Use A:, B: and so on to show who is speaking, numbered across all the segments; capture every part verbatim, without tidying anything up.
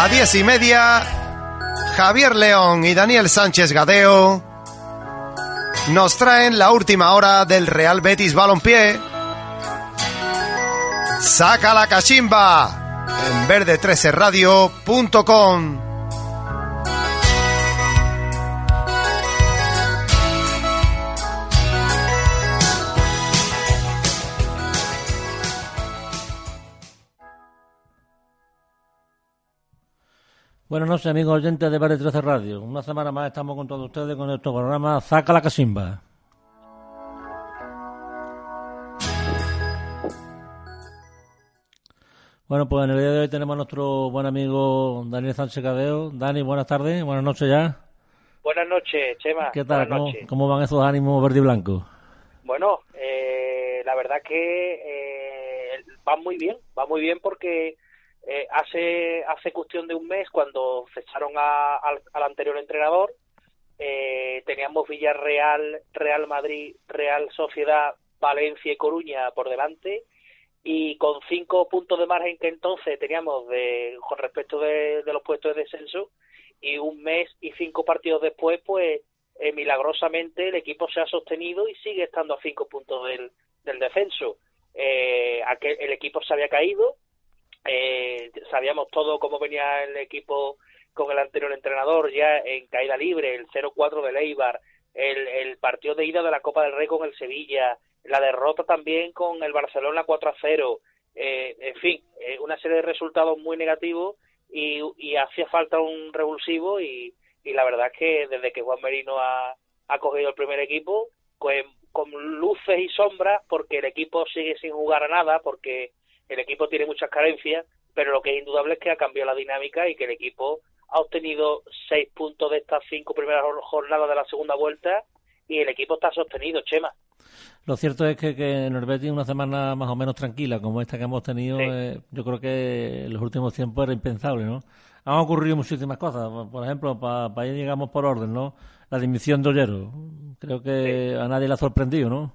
A: A diez y media, Javier León y Daniel Sánchez Gadeo nos traen la última hora del Real Betis Balompié. Saca la cachimba en verde trece radio punto com.
B: Buenas noches, amigos oyentes de Verde trece Radio. Una semana más estamos con todos ustedes con nuestro programa Saca la Cachimba. Bueno, pues en el día de hoy tenemos a nuestro buen amigo Daniel Sánchez Gadeo. Dani, buenas tardes, buenas noches ya.
C: Buenas noches, Chema.
B: ¿Qué tal? ¿Cómo,
C: noches.
B: ¿Cómo van esos ánimos verde y blanco?
C: Bueno, eh, la verdad que eh, va muy bien, va muy bien porque... Eh, hace hace cuestión de un mes, cuando cesaron a, al, al anterior entrenador, eh, teníamos Villarreal, Real Madrid, Real Sociedad, Valencia y Coruña por delante, y con cinco puntos de margen que entonces teníamos de con respecto de, de los puestos de descenso, y un mes y cinco partidos después, pues eh, milagrosamente el equipo se ha sostenido y sigue estando a cinco puntos del, del descenso. Eh, aquel, el equipo se había caído. Eh, sabíamos todo cómo venía el equipo con el anterior entrenador, ya en caída libre, el cero cuatro del Eibar, el, el partido de ida de la Copa del Rey con el Sevilla, la derrota también con el Barcelona cuatro a cero, eh, en fin, eh, una serie de resultados muy negativos, y, y hacía falta un revulsivo, y, y la verdad es que desde que Juan Merino ha, ha cogido el primer equipo, pues con luces y sombras, porque el equipo sigue sin jugar a nada, porque el equipo tiene muchas carencias, pero lo que es indudable es que ha cambiado la dinámica y que el equipo ha obtenido seis puntos de estas cinco primeras jornadas de la segunda vuelta, y el equipo está sostenido, Chema.
B: Lo cierto es que, que en el Betis una semana más o menos tranquila como esta que hemos tenido, sí. eh, yo creo que en los últimos tiempos era impensable, ¿no? Han ocurrido muchísimas cosas. Por ejemplo, para pa ir, digamos, por orden, ¿no? La dimisión de Ollero. Creo que sí. A nadie le ha sorprendido, ¿no?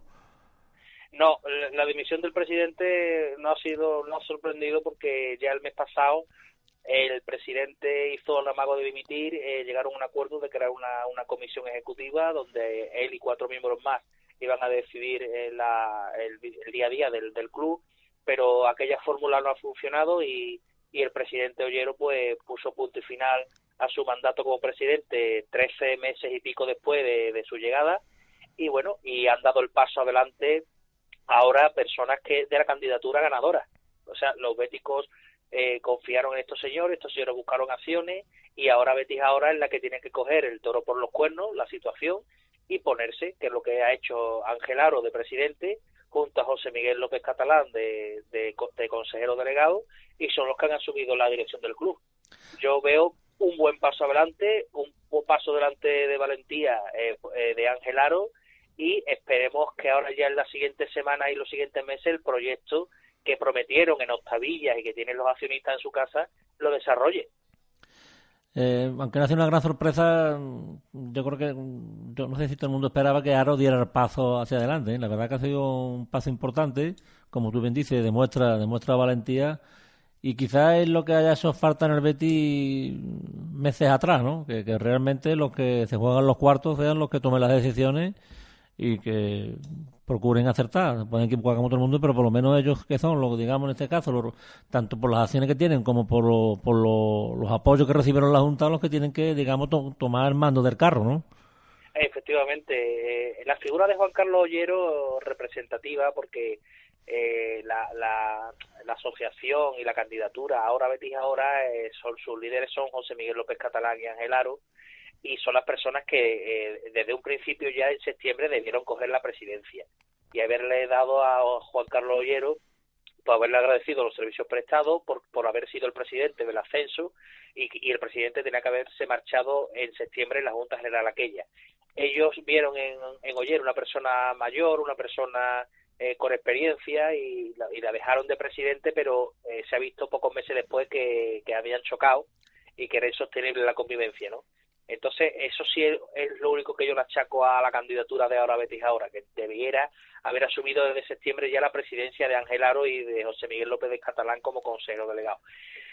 C: No, la dimisión del presidente no ha sido, no ha sorprendido, porque ya el mes pasado el presidente hizo el amago de dimitir, eh, llegaron a un acuerdo de crear una, una comisión ejecutiva donde él y cuatro miembros más iban a decidir eh, la, el, el día a día del, del club, pero aquella fórmula no ha funcionado, y, y el presidente Ollero pues puso punto y final a su mandato como presidente trece meses y pico después de, de su llegada, y bueno, y han dado el paso adelante ahora personas que de la candidatura ganadora. O sea, los béticos eh, confiaron en estos señores, estos señores buscaron acciones, y ahora Betis ahora es la que tiene que coger el toro por los cuernos, la situación, y ponerse, que es lo que ha hecho Ángel Aro de presidente, junto a José Miguel López Catalán de, de, de consejero delegado, y son los que han asumido la dirección del club. Yo veo un buen paso adelante, un buen paso delante de valentía eh, eh, de Ángel Aro, y esperemos que ahora ya en las siguientes semanas y los siguientes meses el proyecto que prometieron en octavillas y que tienen los accionistas en su casa lo desarrolle.
B: Eh, aunque no ha sido una gran sorpresa, yo creo que, yo no sé si todo el mundo esperaba que Aro diera el paso hacia adelante, ¿eh? La verdad que ha sido un paso importante, como tú bien dices, demuestra, demuestra valentía, y quizás es lo que haya hecho falta en el Betis meses atrás, ¿no? Que, que realmente los que se juegan los cuartos sean los que tomen las decisiones y que procuren acertar. Pueden equivocar como todo el mundo, pero por lo menos ellos, que son, lo digamos en este caso, lo, tanto por las acciones que tienen como por, lo, por lo, los apoyos que recibieron la Junta, los que tienen que, digamos, to, tomar el mando del carro, ¿no?
C: Efectivamente, eh, la figura de Juan Carlos Ollero representativa, porque eh, la, la, la asociación y la candidatura ahora Betis ahora eh, son sus líderes son José Miguel López Catalán y Ángel Aro, y son las personas que eh, desde un principio ya en septiembre debieron coger la presidencia, y haberle dado a Juan Carlos Ollero, por haberle agradecido los servicios prestados, por, por haber sido el presidente del ascenso, y, y el presidente tenía que haberse marchado en septiembre en la Junta General aquella. Ellos vieron en, en Ollero una persona mayor, una persona eh, con experiencia, y la, y la dejaron de presidente, pero eh, se ha visto pocos meses después que, que habían chocado y que era insostenible la convivencia, ¿no? Entonces, eso sí es, es lo único que yo le achaco a la candidatura de ahora Betis ahora, que debiera haber asumido desde septiembre ya la presidencia de Ángel Aro y de José Miguel López de Catalán como consejero delegado.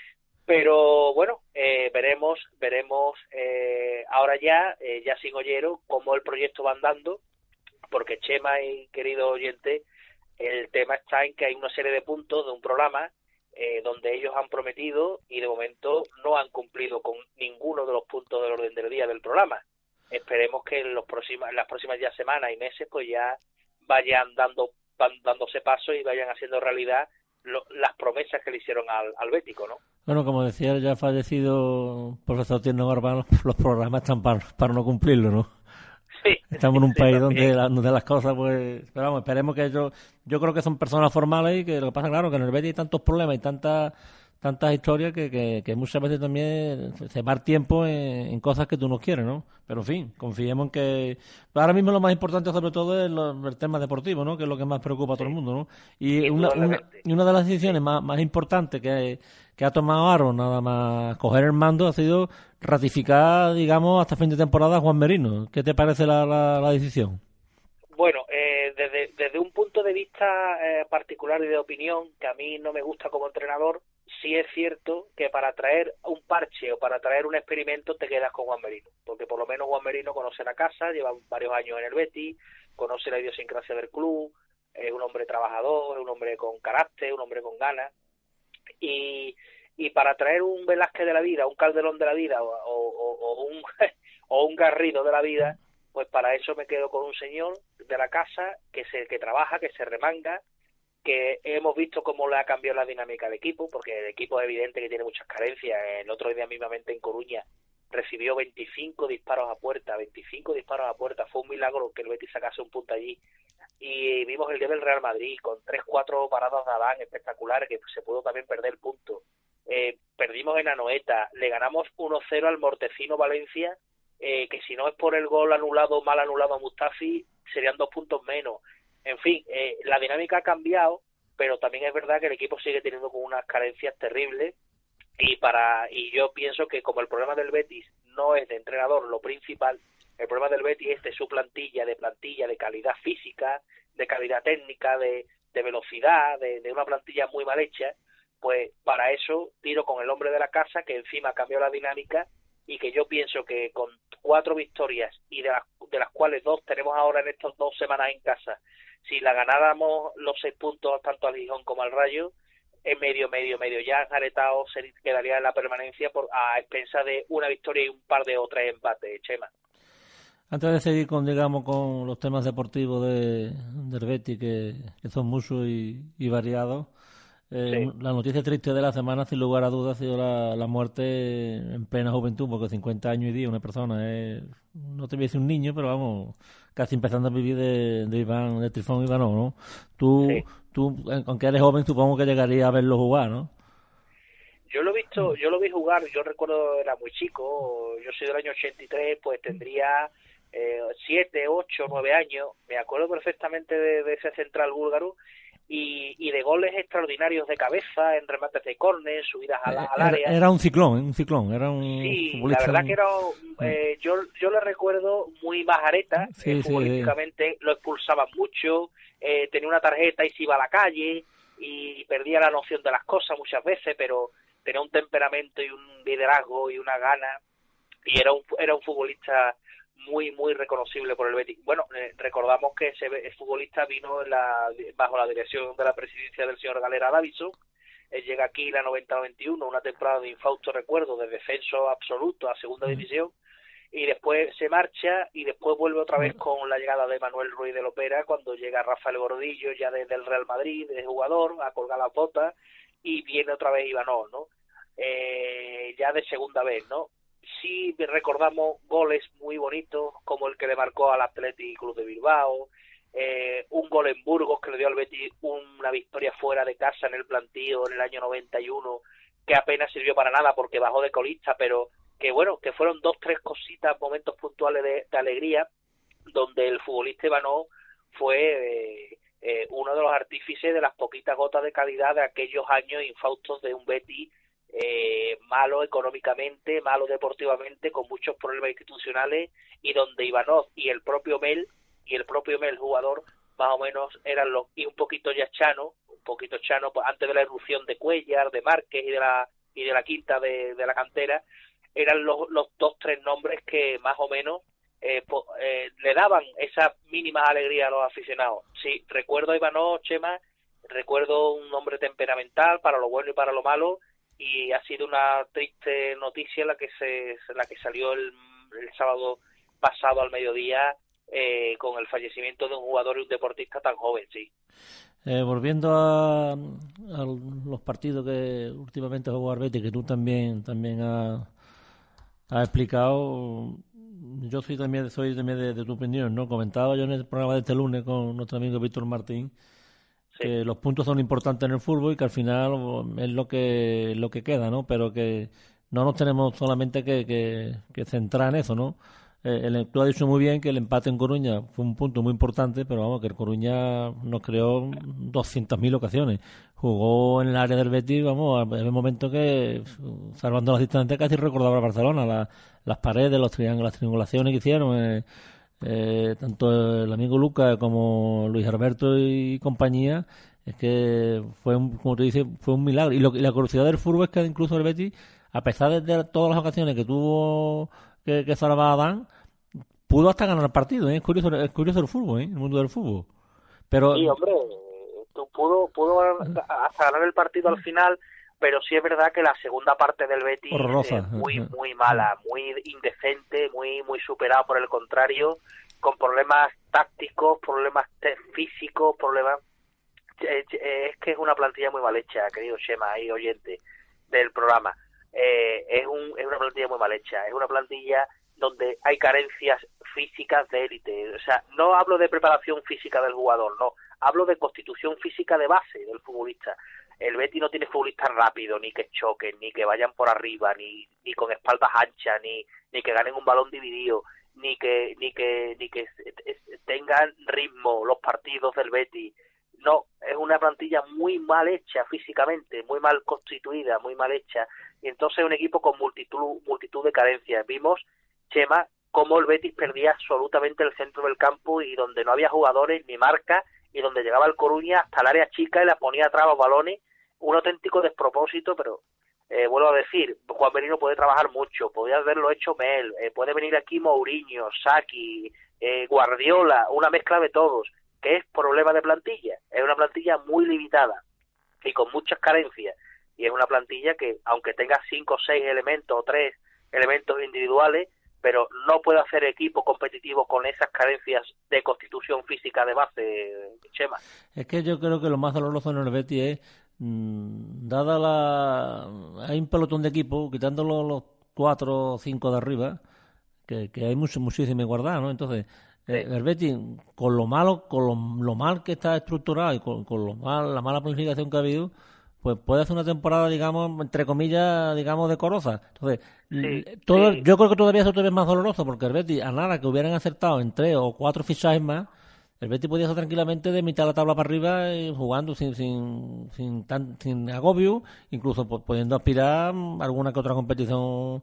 C: Pero bueno, eh, veremos, veremos eh, ahora ya, eh, ya sin Ollero, cómo el proyecto va andando, porque Chema y querido oyente, el tema está en que hay una serie de puntos de un programa eh, donde ellos han prometido y de momento no han cumplido con ninguno de los puntos del orden del día del programa. Esperemos que en, los próximos, en las próximas ya semanas y meses pues ya vayan dando van dándose paso y vayan haciendo realidad lo, las promesas que le hicieron al, al Bético, ¿no?
B: Bueno, como decía el ya fallecido profesor Tierno Garbán, los programas están para, para no cumplirlo, ¿no?
C: Sí,
B: estamos en un
C: sí,
B: país donde, la, donde las cosas, pues, pero vamos, esperemos que ellos, yo creo que son personas formales y que lo que pasa, claro, que en el Betis hay tantos problemas y tantas tantas historias que, que, que muchas veces también se va el tiempo en, en cosas que tú no quieres, ¿no? Pero en fin, confiemos en que ahora mismo lo más importante sobre todo es lo, el tema deportivo, ¿no? Que es lo que más preocupa a todo el mundo, ¿no? Y una, una, y una de las decisiones más, más importantes que, que ha tomado Aro, nada más coger el mando, ha sido ratificar, digamos, hasta fin de temporada a Juan Merino. ¿Qué te parece la, la, la decisión?
C: Bueno, eh, desde, desde un punto de vista eh, particular y de opinión, que a mí no me gusta como entrenador, sí es cierto que para traer un parche o para traer un experimento te quedas con Juan Merino, porque por lo menos Juan Merino conoce la casa, lleva varios años en el Betis, conoce la idiosincrasia del club, es un hombre trabajador, es un hombre con carácter, un hombre con ganas, y, y para traer un Velázquez de la vida, un Calderón de la vida o, o, o, un, o un Garrido de la vida, pues para eso me quedo con un señor de la casa que se que trabaja, que se remanga, que hemos visto cómo le ha cambiado la dinámica del equipo, porque el equipo es evidente que tiene muchas carencias. El otro día mismamente en Coruña recibió veinticinco disparos a puerta, veinticinco disparos a puerta, fue un milagro que el Betis sacase un punto allí, y vimos el día del Real Madrid con tres cuatro paradas de Adán espectaculares, que se pudo también perder el punto. Eh, perdimos en Anoeta, le ganamos uno cero al Mortecino Valencia, eh, que si no es por el gol anulado, mal anulado a Mustafi, serían dos puntos menos. En fin, eh, la dinámica ha cambiado, pero también es verdad que el equipo sigue teniendo con unas carencias terribles, y para y yo pienso que como el problema del Betis no es de entrenador lo principal, el problema del Betis es de su plantilla, de plantilla, de calidad física, de calidad técnica, de, de velocidad, de, de una plantilla muy mal hecha, pues para eso tiro con el hombre de la casa, que encima ha cambiado la dinámica, y que yo pienso que con cuatro victorias, y de las, de las cuales dos tenemos ahora en estas dos semanas en casa, si la ganáramos los seis puntos tanto al Gijón como al Rayo, en medio, medio, medio ya Jaretao se quedaría en la permanencia por a expensa de una victoria y un par de otras empates, Chema.
B: Antes de seguir con, digamos, con los temas deportivos de, del Betis, que, que son muchos y, y variados, eh, sí. La noticia triste de la semana, sin lugar a dudas, ha sido la, la muerte en plena juventud, porque cincuenta años y día una persona es, no te voy a decir un niño, pero vamos, casi empezando a vivir de, de Iván, de Trifón Ivanov, ¿no? Tú, sí. tú, aunque eres joven, supongo que llegaría a verlo jugar, ¿no?
C: Yo lo he visto, yo lo vi jugar, yo recuerdo, era muy chico, yo soy del año ochenta y tres, pues tendría eh, siete, ocho, nueve años, me acuerdo perfectamente de, de ese central búlgaro, y, y de goles extraordinarios de cabeza, en remates de córner, subidas al, al área.
B: Era, era un ciclón, un ciclón, era un
C: Sí, la verdad que era, eh, yo, yo le recuerdo muy majareta, sí, eh, futbolísticamente, sí. Lo expulsaban mucho, eh, tenía una tarjeta y se iba a la calle, y perdía la noción de las cosas muchas veces, pero tenía un temperamento y un liderazgo y una gana, y era un, era un futbolista muy, muy reconocible por el Betis. Bueno, eh, recordamos que ese, ese futbolista vino en la, bajo la dirección de la presidencia del señor Galera Davison. Él llega aquí la noventa noventa y uno, una temporada de infausto recuerdo, de descenso absoluto a segunda división, y después se marcha, y después vuelve otra vez con la llegada de Manuel Ruiz de Lopera, cuando llega Rafael Gordillo ya desde el Real Madrid, de jugador, a colgar las botas, y viene otra vez Ivanov, ¿no? Eh, ya de segunda vez, ¿no? Sí recordamos goles muy bonitos, como el que le marcó al Athletic Club de Bilbao, eh, un gol en Burgos que le dio al Betis una victoria fuera de casa en el plantío en el año noventa y uno, que apenas sirvió para nada porque bajó de colista, pero que bueno, que fueron dos, tres cositas, momentos puntuales de, de alegría, donde el futbolista Ivanov fue eh, eh, uno de los artífices de las poquitas gotas de calidad de aquellos años infaustos de un Betis eh, malo económicamente, malo deportivamente, con muchos problemas institucionales, y donde Ivanov y el propio Mel, y el propio Mel jugador, más o menos eran los, y un poquito ya Chano, un poquito Chano, pues antes de la irrupción de Cuellar, de Márquez y de la y de la quinta de, de la cantera, eran los, los dos, tres nombres que más o menos eh, po, eh, le daban esa mínima alegría a los aficionados. Sí, recuerdo a Ivanov, Chema, recuerdo un hombre temperamental para lo bueno y para lo malo, y ha sido una triste noticia la que se la que salió el, el sábado pasado al mediodía, eh, con el fallecimiento de un jugador y un deportista tan joven, sí.
B: Eh, volviendo a, a los partidos que últimamente jugó Arbeti, que tú también también has, has explicado, yo soy también soy también de, de tu opinión, ¿no? Comentaba yo en el programa de este lunes con nuestro amigo Víctor Martín, sí, que los puntos son importantes en el fútbol y que al final es lo que lo que queda, ¿no? Pero que no nos tenemos solamente que, que, que centrar en eso, ¿no? Eh, el, tú has dicho muy bien que el empate en Coruña fue un punto muy importante, pero vamos, que el Coruña nos creó doscientas mil ocasiones. Jugó en el área del Betis, vamos, en el momento que, salvando las distancias, casi recordaba a Barcelona, la, las paredes, los triángulos, las triangulaciones que hicieron, eh, eh, tanto el amigo Lucas como Luis Alberto y compañía, es que fue, un, como te dice, fue un milagro. Y, lo, y la curiosidad del fútbol es que incluso el Betis, a pesar de, de todas las ocasiones que tuvo que, que salvar a Adán, pudo hasta ganar el partido, ¿eh? Es curioso, es curioso el fútbol, ¿eh? El mundo del fútbol. Pero
C: sí, hombre, tú pudo, pudo hasta ganar el partido al final, pero sí es verdad que la segunda parte del Betis
B: horrorosa,
C: es muy, muy mala, muy indecente, muy, muy superada por el contrario, con problemas tácticos, problemas físicos, problemas... Es que es una plantilla muy mal hecha, querido Chema y oyente del programa. Eh, es, un, es una plantilla muy mal hecha, es una plantilla donde hay carencias físicas de élite. O sea, no hablo de preparación física del jugador, no, hablo de constitución física de base del futbolista. El Betis no tiene futbolistas rápidos, ni que choquen, ni que vayan por arriba, ni, ni con espaldas anchas, ni, ni que ganen un balón dividido, ni que, ni que, ni que tengan ritmo los partidos del Betis. No, es una plantilla muy mal hecha físicamente, muy mal constituida, muy mal hecha, y entonces es un equipo con multitud, multitud de carencias. Vimos, Chema, cómo el Betis perdía absolutamente el centro del campo y donde no había jugadores ni marca, y donde llegaba el Coruña hasta el área chica y la ponía atrás los balones, un auténtico despropósito. Pero eh, vuelvo a decir, Juan Merino puede trabajar mucho, podría haberlo hecho Mel, eh, puede venir aquí Mourinho, Saki, eh, Guardiola, una mezcla de todos, que es problema de plantilla. Es una plantilla muy limitada y con muchas carencias, y es una plantilla que, aunque tenga cinco o seis elementos o tres elementos individuales, pero no puede hacer equipo competitivo con esas carencias de constitución física de base, Chema.
B: Es que yo creo que lo más doloroso en el Betis es, mmm, dada la... hay un pelotón de equipo, quitándolo los cuatro o cinco de arriba, que, que hay mucho, muchísimo guardado, ¿no? Entonces, sí, el Betis, con lo malo, con lo, lo mal que está estructurado y con, con lo mal, la mala planificación que ha habido, pues puede hacer una temporada, digamos, entre comillas, digamos, decorosa. Entonces, sí, todo, sí. Yo creo que todavía eso todavía es más doloroso, porque el Betis, a nada que hubieran acertado en tres o cuatro fichajes más, el Betis podía estar tranquilamente de mitad de la tabla para arriba y jugando sin sin sin, tan, sin agobio, incluso pues, pudiendo aspirar a alguna que otra competición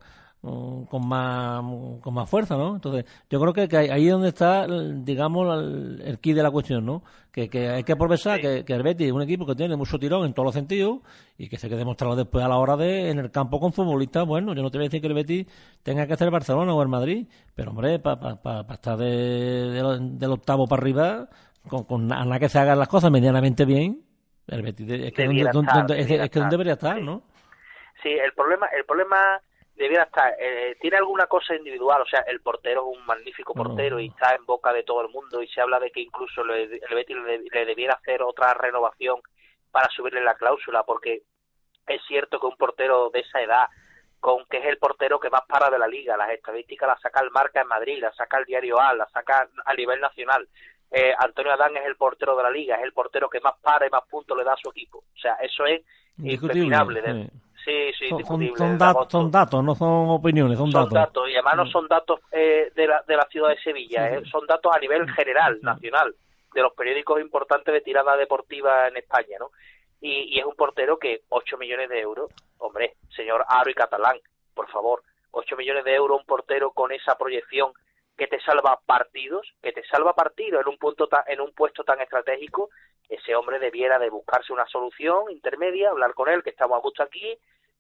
B: con más con más fuerza, ¿no? Entonces, yo creo que, que ahí es donde está, digamos, el, el key de la cuestión, ¿no? Que, que hay que aprovechar, sí, que, que el Betis es un equipo que tiene mucho tirón en todos los sentidos y que se quede demostrado después a la hora de, en el campo con futbolistas. Bueno, yo no te voy a decir que el Betis tenga que ser el Barcelona o el Madrid, pero, hombre, para pa, pa, pa estar de, de, del octavo para arriba, con, con a nada que se hagan las cosas medianamente bien, el Betis es que, donde, estar, donde, es, es que donde debería estar, ¿no?
C: Sí, el problema, el problema debiera estar, eh, tiene alguna cosa individual, o sea, el portero es un magnífico portero, no, y está en boca de todo el mundo, y se habla de que incluso le, el Betis le, le debiera hacer otra renovación para subirle la cláusula, porque es cierto que un portero de esa edad, con que es el portero que más para de la liga, las estadísticas las saca el Marca en Madrid, las saca el Diario A, las saca a nivel nacional, eh, Antonio Adán es el portero de la liga, es el portero que más para y más puntos le da a su equipo, o sea, eso es impepinable.
B: Sí.
C: Sí, sí,
B: son, son, son, dat- son datos, no son opiniones, son,
C: son
B: datos.
C: datos. Y además no son datos eh, de, la, de la ciudad de Sevilla, sí, eh, son datos a nivel general, nacional, de los periódicos importantes de tirada deportiva en España, ¿no? Y, y es un portero que ocho millones de euros, hombre, señor Aro y Catalán, por favor, ocho millones de euros, un portero con esa proyección que te salva partidos, que te salva partidos en un punto ta, en un puesto tan estratégico. Ese hombre debiera de buscarse una solución intermedia, hablar con él, que estamos a gusto aquí,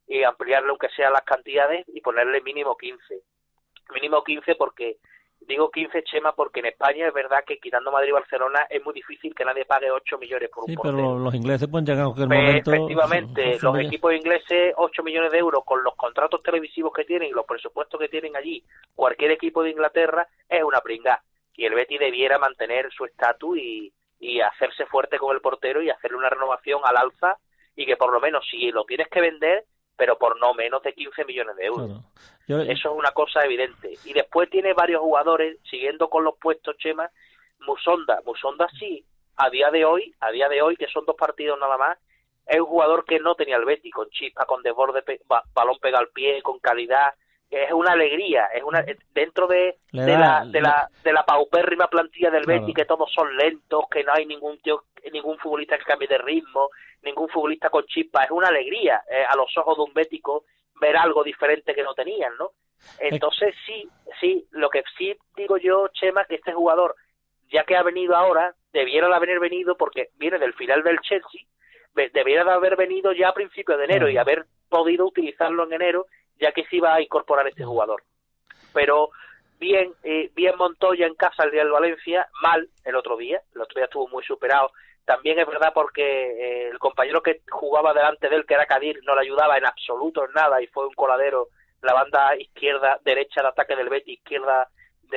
C: y ampliarle aunque sea las cantidades y ponerle mínimo quince. Mínimo quince porque, digo quince, Chema, porque en España es verdad que quitando Madrid y Barcelona es muy difícil que nadie pague ocho millones por un
B: sí,
C: portero.
B: pero los ingleses pueden llegar a cualquier
C: Pues,
B: momento.
C: efectivamente, los equipos ingleses, ocho millones de euros con los contratos televisivos que tienen y los presupuestos que tienen allí, cualquier equipo de Inglaterra es una pringa. Y el Betis debiera mantener su estatus y, y hacerse fuerte con el portero y hacerle una renovación al alza y que por lo menos si lo tienes que vender, pero por no menos de quince millones de euros.
B: Claro. Yo...
C: Eso es una cosa evidente. Y después tiene varios jugadores, siguiendo con los puestos, Chema, Musonda. Musonda sí, a día de hoy, a día de hoy, que son dos partidos nada más, es un jugador que no tenía el Betis, con chispa, con desborde, pe balón pega al pie, con calidad. Es una alegría, es una dentro de,
B: da,
C: de la de la de la paupérrima plantilla del Betis,
B: claro,
C: que todos son lentos, que no hay ningún tío, ningún futbolista que cambie de ritmo, ningún futbolista con chispa. Es una alegría eh, a los ojos de un bético ver algo diferente que no tenían, ¿no? Entonces sí, sí, lo que sí digo yo, Chema, que este jugador, ya que ha venido ahora, debiera de haber venido, porque viene del final del Chelsea, debiera de haber venido ya a principios de enero, uh-huh, y haber podido utilizarlo en enero, ya que se iba a incorporar este jugador. Pero bien, eh, bien Montoya en casa el Real Valencia, mal el otro día, el otro día estuvo muy superado. También es verdad porque eh, el compañero que jugaba delante de él, que era Kadir, no le ayudaba en absoluto en nada y fue un coladero, la banda izquierda, derecha de ataque del Betis, izquierda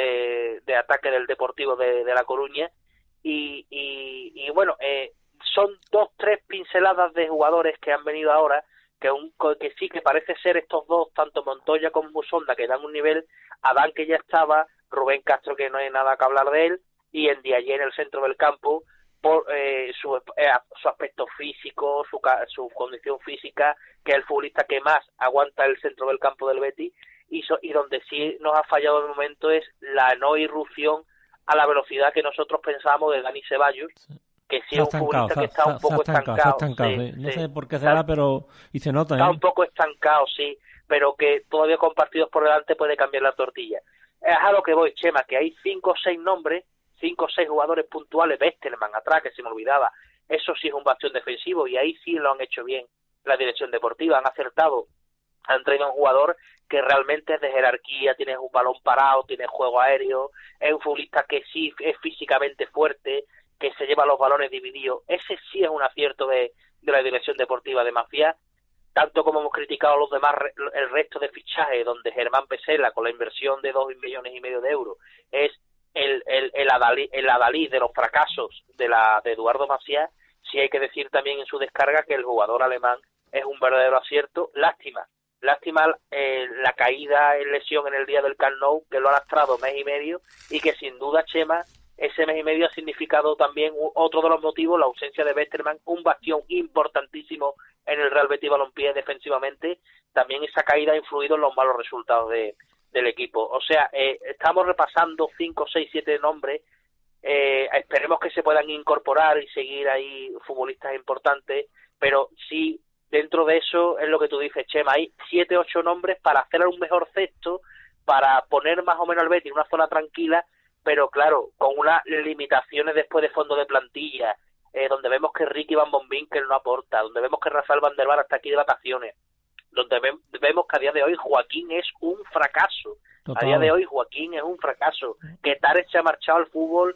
C: de, de ataque del Deportivo de, de La Coruña. Y, y, y bueno, eh, son dos, tres pinceladas de jugadores que han venido ahora, que, un, que sí que parece ser estos dos, tanto Montoya como Musonda, que dan un nivel, Adán que ya estaba, Rubén Castro que no hay nada que hablar de él, y en Ndiaye en el centro del campo, por eh, su, eh, su aspecto físico, su, su condición física, que es el futbolista que más aguanta el centro del campo del Betis, y, so, y donde sí nos ha fallado de momento es la no irrupción a la velocidad que nosotros pensábamos de Dani Ceballos, que sí es un futbolista que está un poco estancado. estancado
B: sí, sí. No sé por qué será, pero y se nota.
C: Está
B: ¿eh?
C: un poco estancado, sí, pero que todavía con partidos por delante puede cambiar la tortilla. Es a lo que voy, Chema, que hay cinco o seis nombres, cinco o seis jugadores puntuales, Westermann atrás, que se me olvidaba, eso sí es un bastión defensivo y ahí sí lo han hecho bien la dirección deportiva, han acertado, han traído a un jugador que realmente es de jerarquía, tiene un balón parado, tiene juego aéreo, es un futbolista que sí es físicamente fuerte, que se lleva los balones divididos. Ese sí es un acierto de, de la dirección deportiva de Maciá, tanto como hemos criticado a los demás, el resto de fichajes, donde Germán Pesela, con la inversión de dos millones y medio de euros, es el, el, el, adalid, el adalid de los fracasos de, la, de Eduardo Maciá. Sí hay que decir también en su descarga que el jugador alemán es un verdadero acierto. Lástima, lástima eh, la caída en lesión en el día del Camp Nou, que lo ha lastrado mes y medio, y que sin duda, Chema, ese mes y medio ha significado también otro de los motivos, la ausencia de Westermann, un bastión importantísimo en el Real Betis Balompié defensivamente. También esa caída ha influido en los malos resultados de, del equipo. O sea, eh, estamos repasando cinco, seis, siete nombres. Eh, esperemos que se puedan incorporar y seguir ahí futbolistas importantes, pero sí, dentro de eso es lo que tú dices, Chema, hay siete, ocho nombres para hacer un mejor cesto, para poner más o menos al Betis en una zona tranquila, pero claro, con unas limitaciones después de fondo de plantilla, eh, donde vemos que Ricky Van Bombinkel no aporta, donde vemos que Rafael Van der Vaart está aquí de vacaciones, donde ve vemos que a día de hoy Joaquín es un fracaso. Total. A día de hoy Joaquín es un fracaso. Que Tares se ha marchado al fútbol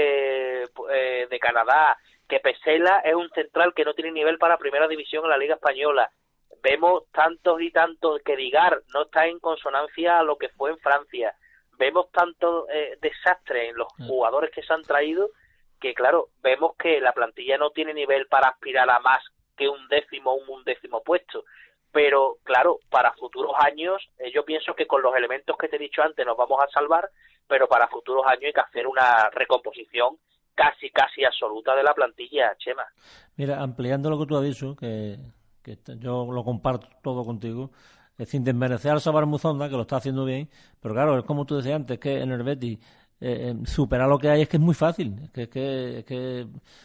C: eh, eh, de Canadá, que Pesela es un central que no tiene nivel para primera división en la Liga Española. Vemos tantos y tantos que Digar no está en consonancia a lo que fue en Francia. Vemos tanto eh, desastre en los jugadores que se han traído que, claro, vemos que la plantilla no tiene nivel para aspirar a más que un décimo o un undécimo puesto. Pero, claro, para futuros años, eh, yo pienso que con los elementos que te he dicho antes nos vamos a salvar, pero para futuros años hay que hacer una recomposición casi, casi absoluta de la plantilla, Chema.
B: Mira, ampliando lo que tú has dicho, que, que yo lo comparto todo contigo, sin desmerecer al Sabar Musonda, que lo está haciendo bien, pero claro, es como tú decías antes, que en el Betis eh, superar lo que hay es que es muy fácil, es que, es que, es que,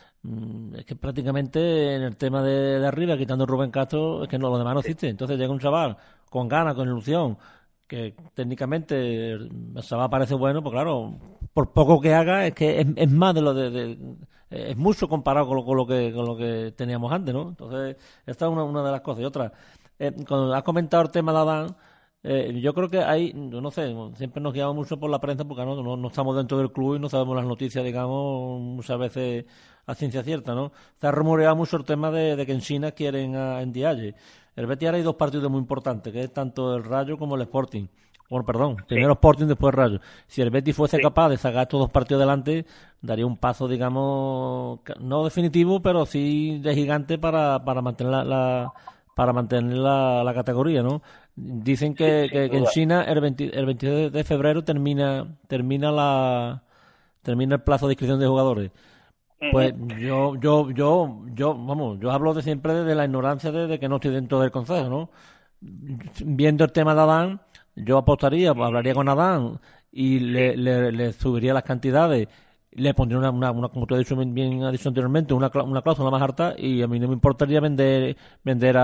B: es que prácticamente en el tema de, de arriba, quitando Rubén Castro, es que no, lo demás no existe. Entonces llega un chaval con ganas, con ilusión, que técnicamente el chaval parece bueno, pues claro, por poco que haga, es que es, es más de lo de, de es mucho comparado con lo, con lo que con lo que teníamos antes, ¿no? Entonces esta es una, una de las cosas. Y otra, eh, cuando has comentado el tema de Adán, eh, yo creo que hay, no sé, siempre nos guiamos mucho por la prensa porque no, no, no estamos dentro del club y no sabemos las noticias, digamos, muchas veces a ciencia cierta, ¿no? Se ha rumoreado mucho el tema de, de que en China quieren a Ndiaye. El Betis ahora hay dos partidos muy importantes, que es tanto el Rayo como el Sporting. Bueno, perdón, primero
C: Sí.
B: Sporting, después Rayo. Si el Betis fuese
C: Sí.
B: capaz de sacar estos dos partidos adelante, daría un paso, digamos, ca- no definitivo, pero sí de gigante para, para mantener la, la- para mantener la, la categoría, ¿no? Dicen que,
C: Sí,
B: que,
C: sin
B: que en
C: duda.
B: China el veinte el veintidós de febrero termina termina la termina el plazo de inscripción de jugadores. Pues
C: Ujú.
B: yo, yo, yo, yo, vamos, yo hablo de siempre de la ignorancia de, de que no estoy dentro del consejo, ¿no? Viendo el tema de Adán, yo apostaría, pues, hablaría con Adán y le, le, le subiría las cantidades, le pondría una, una, una como tú has dicho bien, bien has dicho anteriormente, una, clá- una cláusula más alta y a mí no me importaría vender vender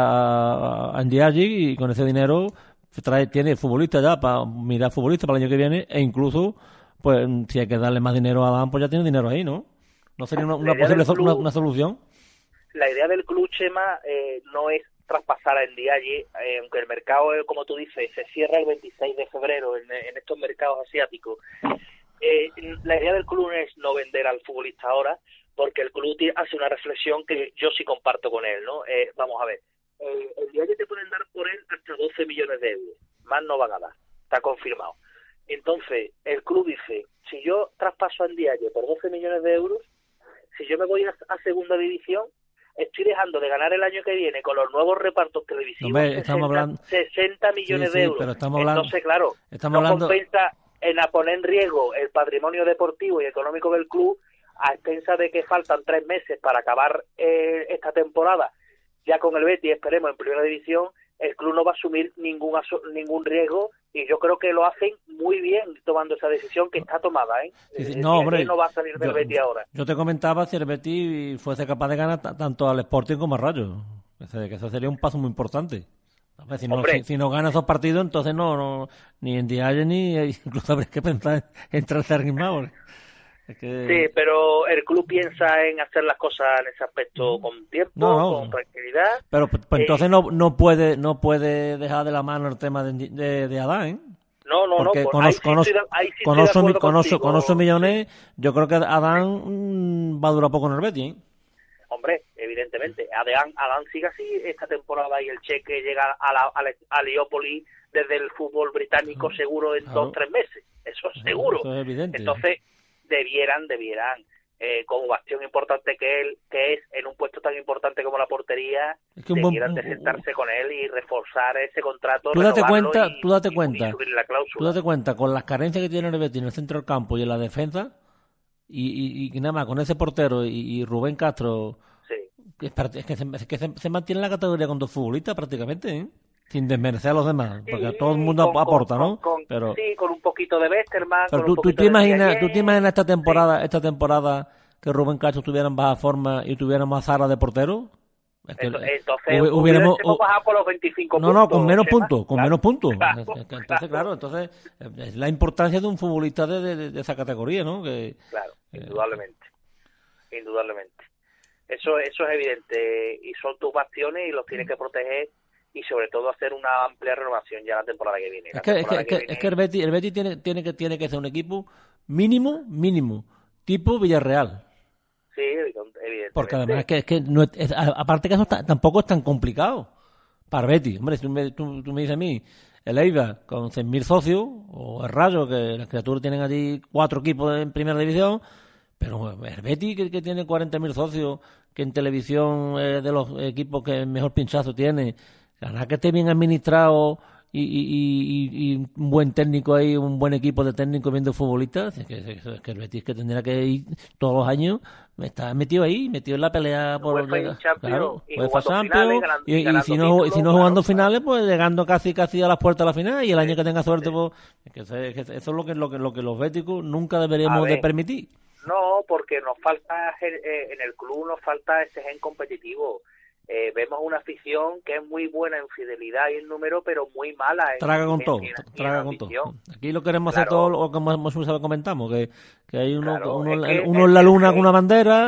B: a, a Ndiaye y con ese dinero trae, tiene futbolista ya para mirar futbolista para el año que viene e incluso, pues si hay que darle más dinero a Adán, pues ya tiene dinero ahí, ¿no? ¿No sería una,
C: La
B: una
C: idea
B: posible
C: del
B: so- una,
C: club,
B: una solución?
C: la idea del club, Chema, eh, no es traspasar a Ndiaye, eh, aunque el mercado, eh, como tú dices, se cierra el veintiséis de febrero en, en estos mercados asiáticos. Eh, la idea del club es no vender al futbolista ahora, porque el club ti- hace una reflexión que yo sí comparto con él, ¿no? Eh, vamos a ver, eh, el Ndiaye te pueden dar por él hasta doce millones de euros, más no van a dar, está confirmado. Entonces, el club dice, si yo traspaso a Ndiaye por doce millones de euros, si yo me voy a, a segunda división, estoy dejando de ganar el año que viene con los nuevos repartos televisivos
B: Hombre, estamos
C: sesenta,
B: hablando-
C: sesenta millones
B: Sí, sí,
C: de euros.
B: pero estamos hablando-
C: Entonces, claro,
B: estamos
C: no
B: hablando-
C: compensa en a poner en riesgo el patrimonio deportivo y económico del club a expensas de que faltan tres meses para acabar eh, esta temporada ya con el Betis, esperemos, en primera división. El club no va a asumir ningún aso- ningún riesgo y yo creo que lo hacen muy bien tomando esa decisión que está tomada, ¿eh?
B: Sí, sí.
C: El
B: No,
C: Ndiaye
B: hombre,
C: no va a salir del
B: yo,
C: Betis ahora.
B: yo te comentaba si el Betis fuese capaz de ganar t- tanto al Sporting como al Rayo. Que se- que eso sería un paso muy importante. A ver, si, no,
C: Hombre.
B: si, si no gana esos partidos, entonces no, no ni en Ndiaye ni incluso habría que pensar en entrarse a Rimao. Es que...
C: Sí, pero el club piensa en hacer las cosas en ese aspecto con tiempo,
B: No, no.
C: con tranquilidad.
B: Pero pues, pues
C: Eh,
B: entonces no, no puede no puede dejar de la mano el tema de, de, de Adán, ¿eh?
C: No, no,
B: Porque
C: no.
B: con,
C: ahí
B: os-
C: sí
B: con, os-
C: estoy de- ahí sí
B: con
C: estoy de
B: ocho mi-
C: acuerdo
B: con ocho-
C: contigo.
B: con ocho millones, yo creo que Adán mm, va a durar poco en el Betis, ¿eh?
C: Hombre, evidentemente. Adán, Adán sigue así esta temporada y el cheque llega a, la, a, la- a Leópolis desde el fútbol británico seguro en
B: Claro.
C: dos tres meses. Eso es
B: Eso-
C: seguro.
B: eso es evidente.
C: Entonces, debieran, debieran, eh, como bastión importante que él, que es en un puesto tan importante como la portería,
B: Es que un buen-
C: debieran de
B: un-
C: sentarse con él y reforzar ese contrato.
B: Tú date
C: renovarlo
B: cuenta,
C: y-
B: tú date
C: y-
B: cuenta.
C: y subirle la
B: Tú
C: cláusula.
B: date cuenta, con las carencias que tiene el Betis en el centro del campo y en la defensa, y, y, y nada más, con ese portero y, y Rubén Castro,
C: Sí.
B: es, part- es que, se, es que se, se mantiene en la categoría con dos futbolistas prácticamente, ¿eh? Sin desmerecer a los demás, porque
C: Sí,
B: todo el mundo
C: con-
B: aporta,
C: con-
B: ¿no?
C: con-
B: Pero,
C: sí, con un poquito de Westerman,
B: pero
C: con
B: tú,
C: un
B: tú
C: poquito
B: te
C: de
B: imaginas,
C: Ndiaye.
B: tú te imaginas esta
C: Sí.
B: temporada, esta temporada que Rubén Castro estuviera en baja forma y tuviéramos a Zara de portero. Es que,
C: Ento-
B: eh,
C: Entonces,
B: hubi-
C: hubiéramos
B: hubiéramos-
C: hubiésemos bajado por los veinticinco
B: no,
C: puntos.
B: no, con menos
C: Chema.
B: puntos, con
C: Claro,
B: menos puntos.
C: claro,
B: Es que- entonces,
C: claro.
B: claro, entonces eh, es la importancia de un futbolista de, de- de esa categoría, ¿no? Que,
C: Claro,
B: eh,
C: indudablemente. Indudablemente. Eso, eso es evidente. Y son tus bastiones y los tienes que proteger y sobre todo hacer una amplia renovación ya la temporada que viene. La
B: es que, es que,
C: temporada
B: es que,
C: viene-
B: es que el Betis, el Betis tiene, tiene que tiene que ser un equipo mínimo, mínimo, tipo Villarreal.
C: Sí, evidentemente.
B: Porque además es que, es que no es- es- a- aparte que eso ta- tampoco es tan complicado para el Betis. Hombre, si tú me, tú, tú me dices a mí, el Eibar con seis mil socios, o el Rayo, que las criaturas tienen allí cuatro equipos en primera división, pero el Betis que, que tiene cuarenta mil socios, que en televisión es de los equipos que mejor pinchazo tiene, ganar que esté bien administrado y, y, y, y un buen técnico ahí, un buen equipo de técnicos viendo futbolistas, es que, es que el Betis que tendría que ir todos los años, está metido ahí, metido en la pelea por
C: UEFA y Champions,
B: claro,
C: y
B: UEFA
C: jugando
B: Champions,
C: finales, ganando-
B: y, y
C: ganando
B: si no,
C: títulos,
B: y si no
C: claro,
B: jugando
C: claro.
B: finales, pues llegando casi casi a las puertas de la final, y el año que tenga suerte, pues es que eso, es que eso es lo que, lo que, lo que los béticos nunca deberíamos
C: A
B: de
C: ver.
B: permitir.
C: No, porque nos falta, eh, en el club nos falta ese gen competitivo. Eh, vemos una afición que es muy buena en fidelidad y en número, pero muy mala en
B: Traga con
C: en-
B: todo,
C: en- en
B: traga con todo.
C: ambición.
B: Aquí lo queremos hacer
C: Claro.
B: todo lo que más más comentamos, que, que hay uno,
C: Claro,
B: uno,
C: es que-
B: uno
C: es
B: en la
C: que-
B: luna con una bandera,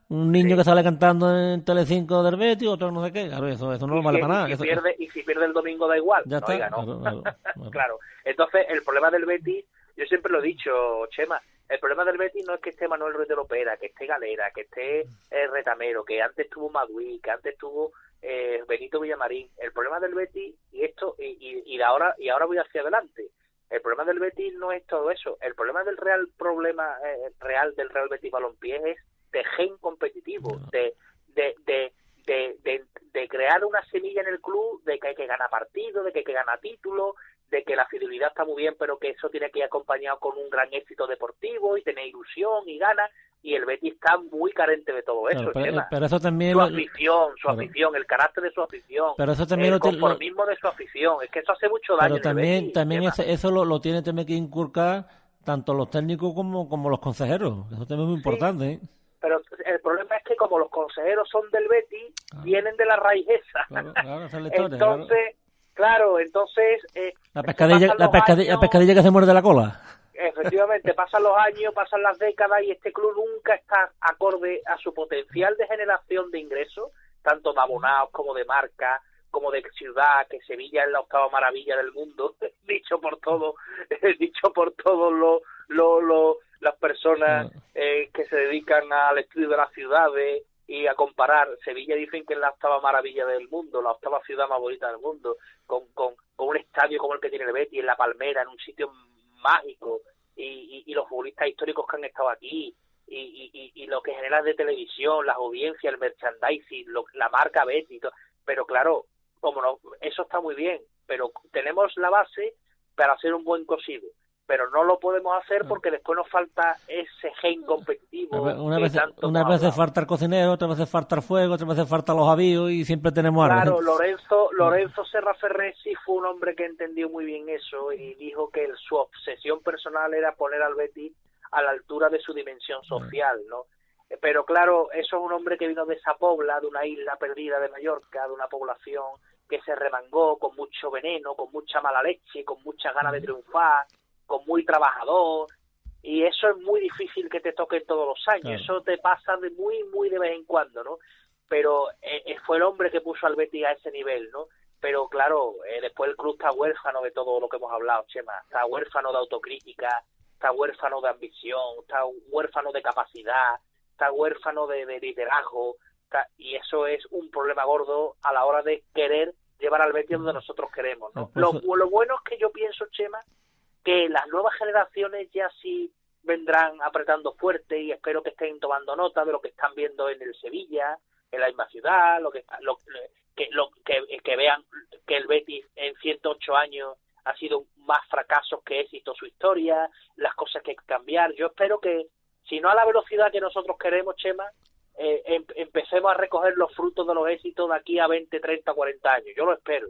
B: un niño
C: Sí.
B: que sale cantando en Telecinco del Betis, otro no sé qué. Claro, eso, eso no
C: y
B: vale
C: si,
B: para nada.
C: y si
B: Eso-
C: pierde, y si pierde el domingo da igual.
B: ya
C: No,
B: está.
C: oiga, no.
B: Claro, claro, claro.
C: Claro. Entonces, el problema del Betis, yo siempre lo he dicho, Chema, el problema del Betis no es que esté Manuel Ruiz de Lopera, que esté Galera, que esté eh, Retamero, que antes tuvo Madrid, que antes tuvo eh, Benito Villamarín. El problema del Betis, y esto, y, y, y ahora y ahora voy hacia adelante, el problema del Betis no es todo eso. El problema del real problema eh, real del Real Betis Balompié es de gen competitivo, de de, de De, de, de crear una semilla en el club de que hay que ganar partidos, de que hay que ganar títulos, de que la fidelidad está muy bien, pero que eso tiene que ir acompañado con un gran éxito deportivo y tener ilusión y ganas, y el Betis está muy carente de todo eso.
B: Claro, pero,
C: Chema.
B: pero eso también
C: Su
B: lo-
C: afición, su
B: claro.
C: afición, el carácter de su afición,
B: Pero eso también
C: el
B: lo tiene- lo-
C: conformismo de su afición, es que eso hace mucho daño
B: pero
C: en el
B: también
C: Betis,
B: también
C: Chema.
B: ese- eso lo, lo tiene también que inculcar tanto los técnicos como como los consejeros. Eso también es muy
C: Sí.
B: importante, ¿eh?
C: Pero el problema es que como los consejeros son del Betis,
B: Claro.
C: vienen de la raíz esa.
B: Claro, claro, esa es la historia,
C: Entonces, claro, entonces... eh,
B: La pescadilla,
C: pasan
B: la
C: los
B: pescadilla, la
C: años,
B: pescadilla que se muerde la cola.
C: efectivamente, pasan los años, pasan las décadas y este club nunca está acorde a su potencial de generación de ingresos, tanto de abonados como de marca, como de ciudad, que Sevilla es la octava maravilla del mundo, dicho por todo, dicho por todos los los los las personas eh, que se dedican al estudio de las ciudades y a comparar. Sevilla dicen que es la octava maravilla del mundo, la octava ciudad más bonita del mundo, con, con, con un estadio como el que tiene el Betis, en La Palmera, en un sitio mágico, y, y, y los futbolistas históricos que han estado aquí, y, y, y, y lo que genera de televisión, las audiencias, el merchandising, lo, la marca Betis, todo. Pero claro, como no, eso está muy bien, pero tenemos la base para hacer un buen cocido, pero no lo podemos hacer porque después nos falta ese gen competitivo.
B: Una
C: que
B: vez,
C: tanto
B: una
C: hemos
B: vez
C: hablado.
B: falta el cocinero, otra vez falta el fuego, otra vez falta los avíos y siempre tenemos algo.
C: Claro, Lorenzo, Lorenzo Serra Ferresi fue un hombre que entendió muy bien eso y dijo que el- su obsesión personal era poner al Betis a la altura de su dimensión social, ¿no? Eh, Pero claro, eso es un hombre que vino de esa pobla, de una isla perdida de Mallorca, de una población que se remangó con mucho veneno, con mucha mala leche, con muchas ganas de triunfar, con muy trabajador, y eso es muy difícil que te toque todos los años,
B: Claro.
C: eso te pasa de muy, muy de vez en cuando, ¿no? Pero eh, eh, fue el hombre que puso al Betis a ese nivel, ¿no? Pero claro, eh, después el club está huérfano de todo lo que hemos hablado, Chema, está huérfano de autocrítica, está huérfano de ambición, está huérfano de capacidad, está huérfano de, de liderazgo, está- y eso es un problema gordo a la hora de querer llevar al Betis donde nosotros queremos, ¿no?
B: Pues,
C: Lo, lo bueno es que yo pienso, Chema, que las nuevas generaciones ya sí vendrán apretando fuerte y espero que estén tomando nota de lo que están viendo en el Sevilla, en la misma ciudad, lo que lo, que, lo, que, que vean que el Betis en ciento ocho años ha sido más fracasos que éxitos su historia, las cosas que hay que cambiar. Yo espero que, si no a la velocidad que nosotros queremos, Chema, eh, em, empecemos a recoger los frutos de los éxitos de aquí a veinte, treinta, cuarenta años. Yo lo espero.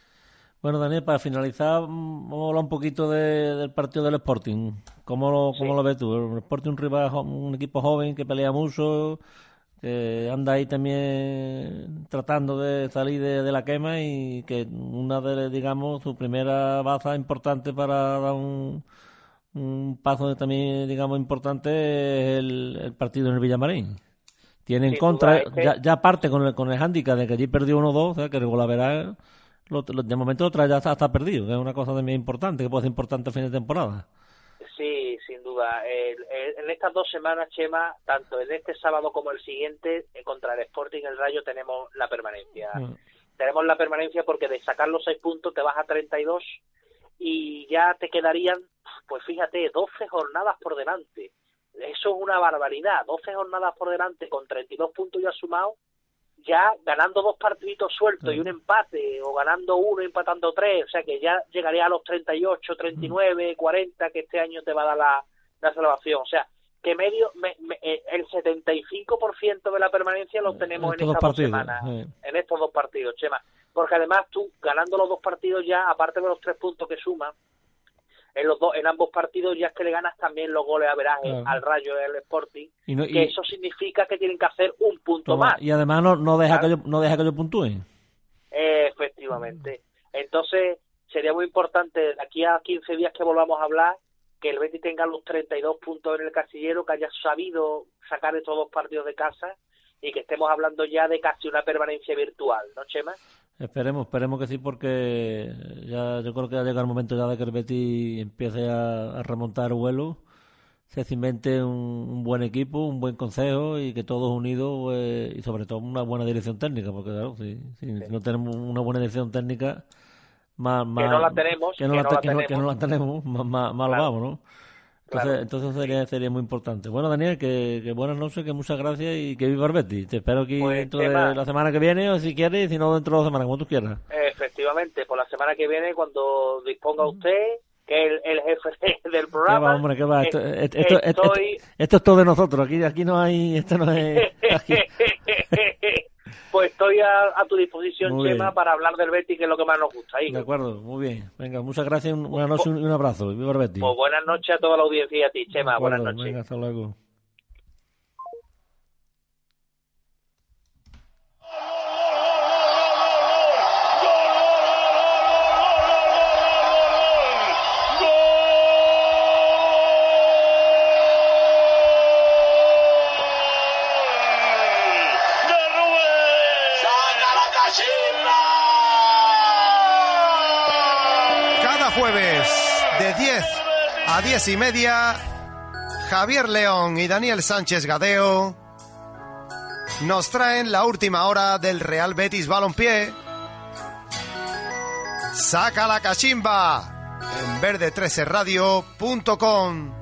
B: Bueno, Daniel, para finalizar, mm, vamos a hablar un poquito de- del partido del Sporting. ¿Cómo lo, cómo
C: Sí.
B: lo ves tú? El Sporting, un rival, jo- un equipo joven que pelea mucho, que anda ahí también tratando de salir de, de la quema y que una de, digamos, su primera baza importante para dar un, un paso también, digamos, importante es el, el partido en el Villamarín. Tiene en
C: Sin
B: contra,
C: duda, es que-
B: ya, ya parte con el, con el hándicap de que allí perdió uno dos, o sea, que el Golaveral, lo, lo- de momento lo trae ya está, está perdido, que es una cosa también importante, que puede ser importante a fin de temporada.
C: Sí, sin duda. El- el- en estas dos semanas, Chema, tanto en este sábado como el siguiente, eh, contra el Sporting el Rayo tenemos la permanencia.
B: Mm.
C: Tenemos la permanencia porque de sacar los seis puntos te vas a treinta y dos y ya te quedarían, pues fíjate, doce jornadas por delante. Eso es una barbaridad. doce jornadas por delante con treinta y dos puntos ya sumados, ya ganando dos partiditos sueltos y un empate, o ganando uno y empatando tres, o sea que ya llegaría a los treinta y ocho, treinta y nueve, cuarenta, que este año te va a dar la, la salvación. O sea, que medio me, me, eh, el setenta y cinco por ciento de la permanencia lo tenemos en,
B: estos dos
C: estas dos
B: partidos,
C: semanas,
B: sí.
C: en estos dos partidos, Chema. Porque además tú, ganando los dos partidos ya, aparte de los tres puntos que suman, en los dos, en ambos partidos ya es que le ganas también los goles a veraje
B: Claro.
C: al Rayo y al Sporting,
B: Y no-
C: que
B: y-
C: eso significa que tienen que hacer un punto
B: Toma,
C: más.
B: y además no, no deja
C: Claro.
B: que yo, no deja que yo puntúe.
C: Efectivamente. Entonces, sería muy importante, de aquí a quince días que volvamos a hablar, que el Betis tenga los treinta y dos puntos en el casillero, que haya sabido sacar estos dos partidos de casa y que estemos hablando ya de casi una permanencia virtual, ¿no, Chema?
B: Esperemos, esperemos que sí, porque ya yo creo que ha llegado el momento ya de que el Betis empiece a, a remontar vuelo, se cimente un, un buen equipo, un buen consejo y que todos unidos, pues, y sobre todo una buena dirección técnica, porque claro, si, si sí. no tenemos una buena dirección técnica, más, más,
C: que no la tenemos,
B: que no,
C: que
B: la,
C: no
B: te,
C: la
B: que
C: tenemos,
B: no, que no la tenemos más, más, más
C: claro.
B: lo vamos, ¿no? Entonces,
C: Claro.
B: entonces sería, sería muy importante. Bueno, Daniel, que, que buenas noches, que muchas gracias y que viva el Betis. Te espero aquí
C: Pues,
B: dentro
C: Chema,
B: de la semana que viene, o si quieres, y si no, dentro de dos semanas, como tú quieras.
C: Efectivamente, por la semana que viene, cuando disponga usted, que es el, el jefe del
B: ¿Qué
C: programa.
B: va, hombre? ¿Qué va? Esto,
C: eh,
B: esto, esto, esto,
C: estoy...
B: esto, esto es todo de nosotros. Aquí, aquí no hay... Esto no es... Aquí.
C: Pues estoy a, a tu disposición,
B: Muy
C: Chema,
B: bien.
C: para hablar del Betis, que es lo que más nos gusta.
B: De
C: Hijo.
B: acuerdo, muy bien. Venga, muchas gracias, un- buenas noches y un abrazo. Viva el Betis.
C: Pues buenas noches a toda la audiencia y a ti, Chema.
B: De acuerdo,
C: Buenas noches.
B: venga, hasta luego.
A: Cada jueves de diez a diez y media, Javier León y Daniel Sánchez Gadeo nos traen la última hora del Real Betis Balompié. Saca la cachimba en verde trece radio punto com.